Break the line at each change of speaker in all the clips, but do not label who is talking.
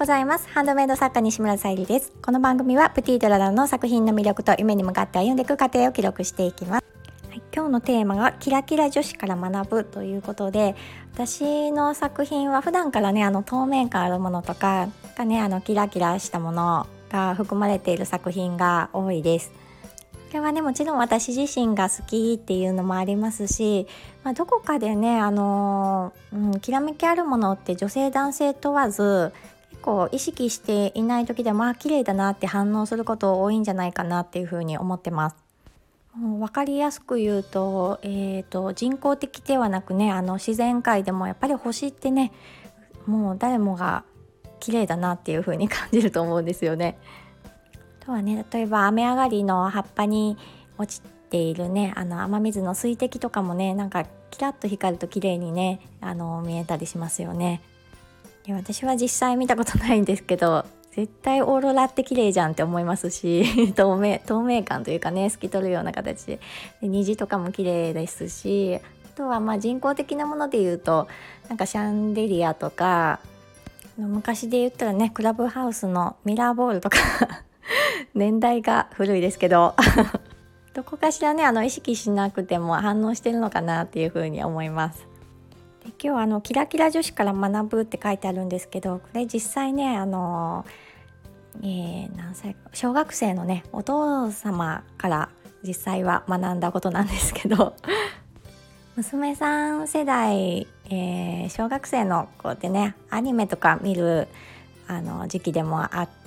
ございます。ハンドメイド作家西村さゆりです。この番組はプティドララの作品の魅力と夢に向かって歩んでいく過程を記録していきます。今日のテーマがキラキラ女子から学ぶということで、私の作品は普段からね透明感あるものとかがねキラキラしたものが含まれている作品が多いです。これはねもちろん私自身が好きっていうのもありますし、どこかでねきらめきあるものって女性男性問わず結構意識していない時でも綺麗だなって反応すること多いんじゃないかなっていうふうに思ってます。分かりやすく言うと、人工的ではなくね自然界でもやっぱり星ってねもう誰もが綺麗だなっていう風に感じると思うんですよね。あとはね例えば雨上がりの葉っぱに落ちているね雨水の水滴とかもねなんかキラッと光ると綺麗にね見えたりしますよね。で私は実際見たことないんですけど絶対オーロラって綺麗じゃんって思いますし透明感というかね透き通るような形で虹とかも綺麗ですし、あとは人工的なもので言うとなんかシャンデリアとか昔で言ったらねクラブハウスのミラーボールとか年代が古いですけどどこかしらね意識しなくても反応してるのかなっていうふうに思います。で今日はキラキラ女子から学ぶって書いてあるんですけど、これ実際ね何歳小学生のねお父様から実際は学んだことなんですけど娘さん世代、小学生の子でねアニメとか見る時期でもあって、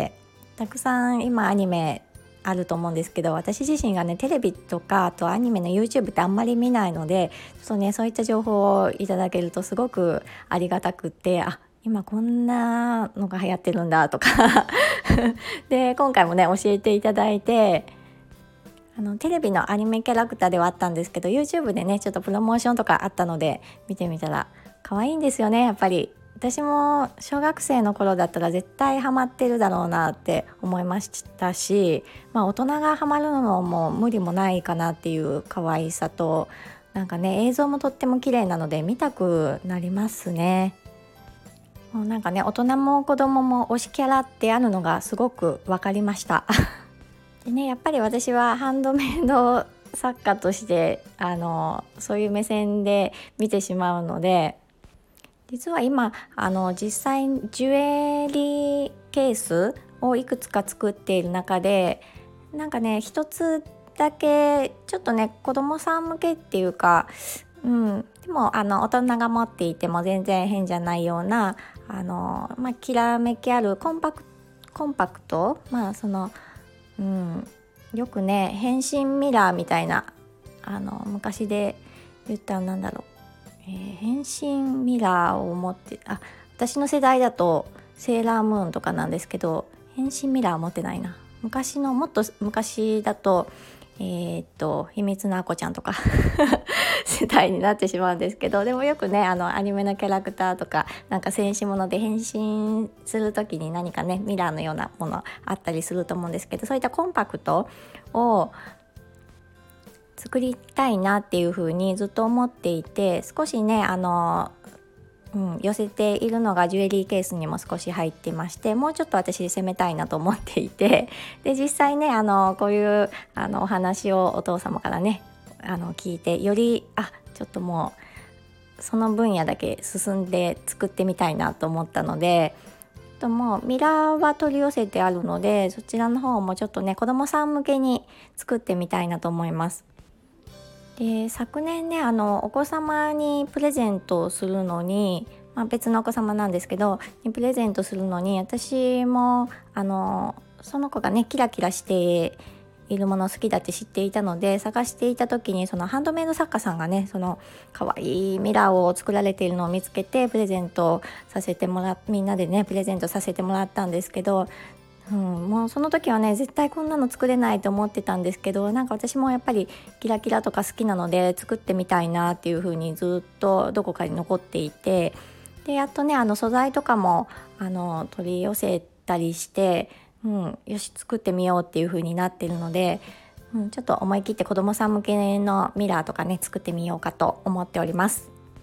たくさん今アニメあると思うんですけど、私自身がねテレビとかあとアニメの YouTube ってあんまり見ないのでちょっとねそういった情報をいただけるとすごくありがたくって、今こんなのが流行ってるんだとかで今回もね教えていただいて、テレビのアニメキャラクターではあったんですけど YouTube でねちょっとプロモーションとかあったので見てみたら可愛いんですよね。やっぱり私も小学生の頃だったら絶対ハマってるだろうなって思いましたし、大人がハマるのも無理もないかなっていう可愛さと、なんかね映像もとっても綺麗なので見たくなりますね。もうなんかね大人も子供も推しキャラってあるのがすごく分かりましたでねやっぱり私はハンドメイド作家としてそういう目線で見てしまうので、実は今実際ジュエリーケースをいくつか作っている中でなんかね一つだけちょっとね子供さん向けっていうか、でも大人が持っていても全然変じゃないようなきらめきあるコンパクトよくね変身ミラーみたいな昔で言ったらなんだろう、変身ミラーを持って私の世代だとセーラームーンとかなんですけど変身ミラー持ってないな。もっと昔だと秘密のアコちゃんとか世代になってしまうんですけど、でもよくねアニメのキャラクターとかなんか戦士もので変身する時に何かねミラーのようなものあったりすると思うんですけど、そういったコンパクトを作りたいなっていう風にずっと思っていて、少しね寄せているのがジュエリーケースにも少し入っていまして、もうちょっと私攻めたいなと思っていて、で実際ねこういうお話をお父様からね聞いてよりちょっともうその分野だけ進んで作ってみたいなと思ったので、もうミラーは取り寄せてあるのでそちらの方もちょっとね子供さん向けに作ってみたいなと思います。で昨年ねお子様にプレゼントをするのに、別のお子様なんですけどにプレゼントするのに私もその子がねキラキラしているもの好きだって知っていたので探していた時にそのハンドメイド作家さんがねその可愛いミラーを作られているのを見つけてプレゼントさせてもらみんなでねプレゼントさせてもらったんですけど、もうその時はね絶対こんなの作れないと思ってたんですけど、なんか私もやっぱりキラキラとか好きなので作ってみたいなっていう風にずっとどこかに残っていて、でやっとね素材とかも取り寄せたりして、よし作ってみようっていう風になってるので、ちょっと思い切って子どもさん向けのミラーとかね作ってみようかと思っております。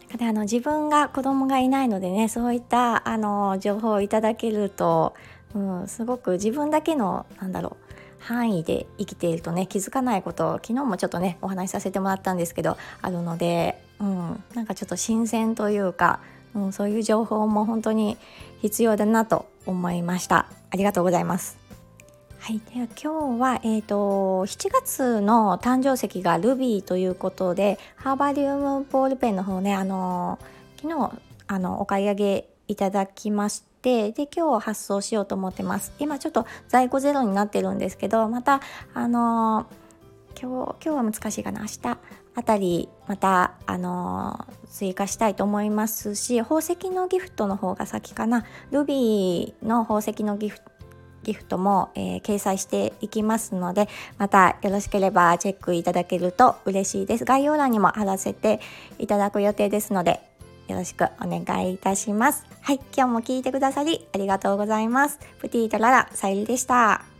で自分が子供がいないのでね、そういった情報をいただけると、すごく自分だけの範囲で生きているとね、気づかないことを昨日もちょっとねお話しさせてもらったんですけどあるので、なんかちょっと新鮮というか、そういう情報も本当に必要だなと思いました。ありがとうございます。はい、では今日は、7月の誕生石がルビーということで、ハーバリウムボールペンの方ね、昨日お買い上げいただきまして、で今日発送しようと思ってます。今ちょっと在庫ゼロになってるんですけど、また今日は難しいかな、明日あたりまた追加したいと思いますし、宝石のギフトの方が先かな。ルビーの宝石のギフトも、掲載していきますので、またよろしければチェックいただけると嬉しいです。概要欄にも貼らせていただく予定ですので、よろしくお願いいたします。はい、今日も聞いてくださりありがとうございます。プティとララさゆりでした。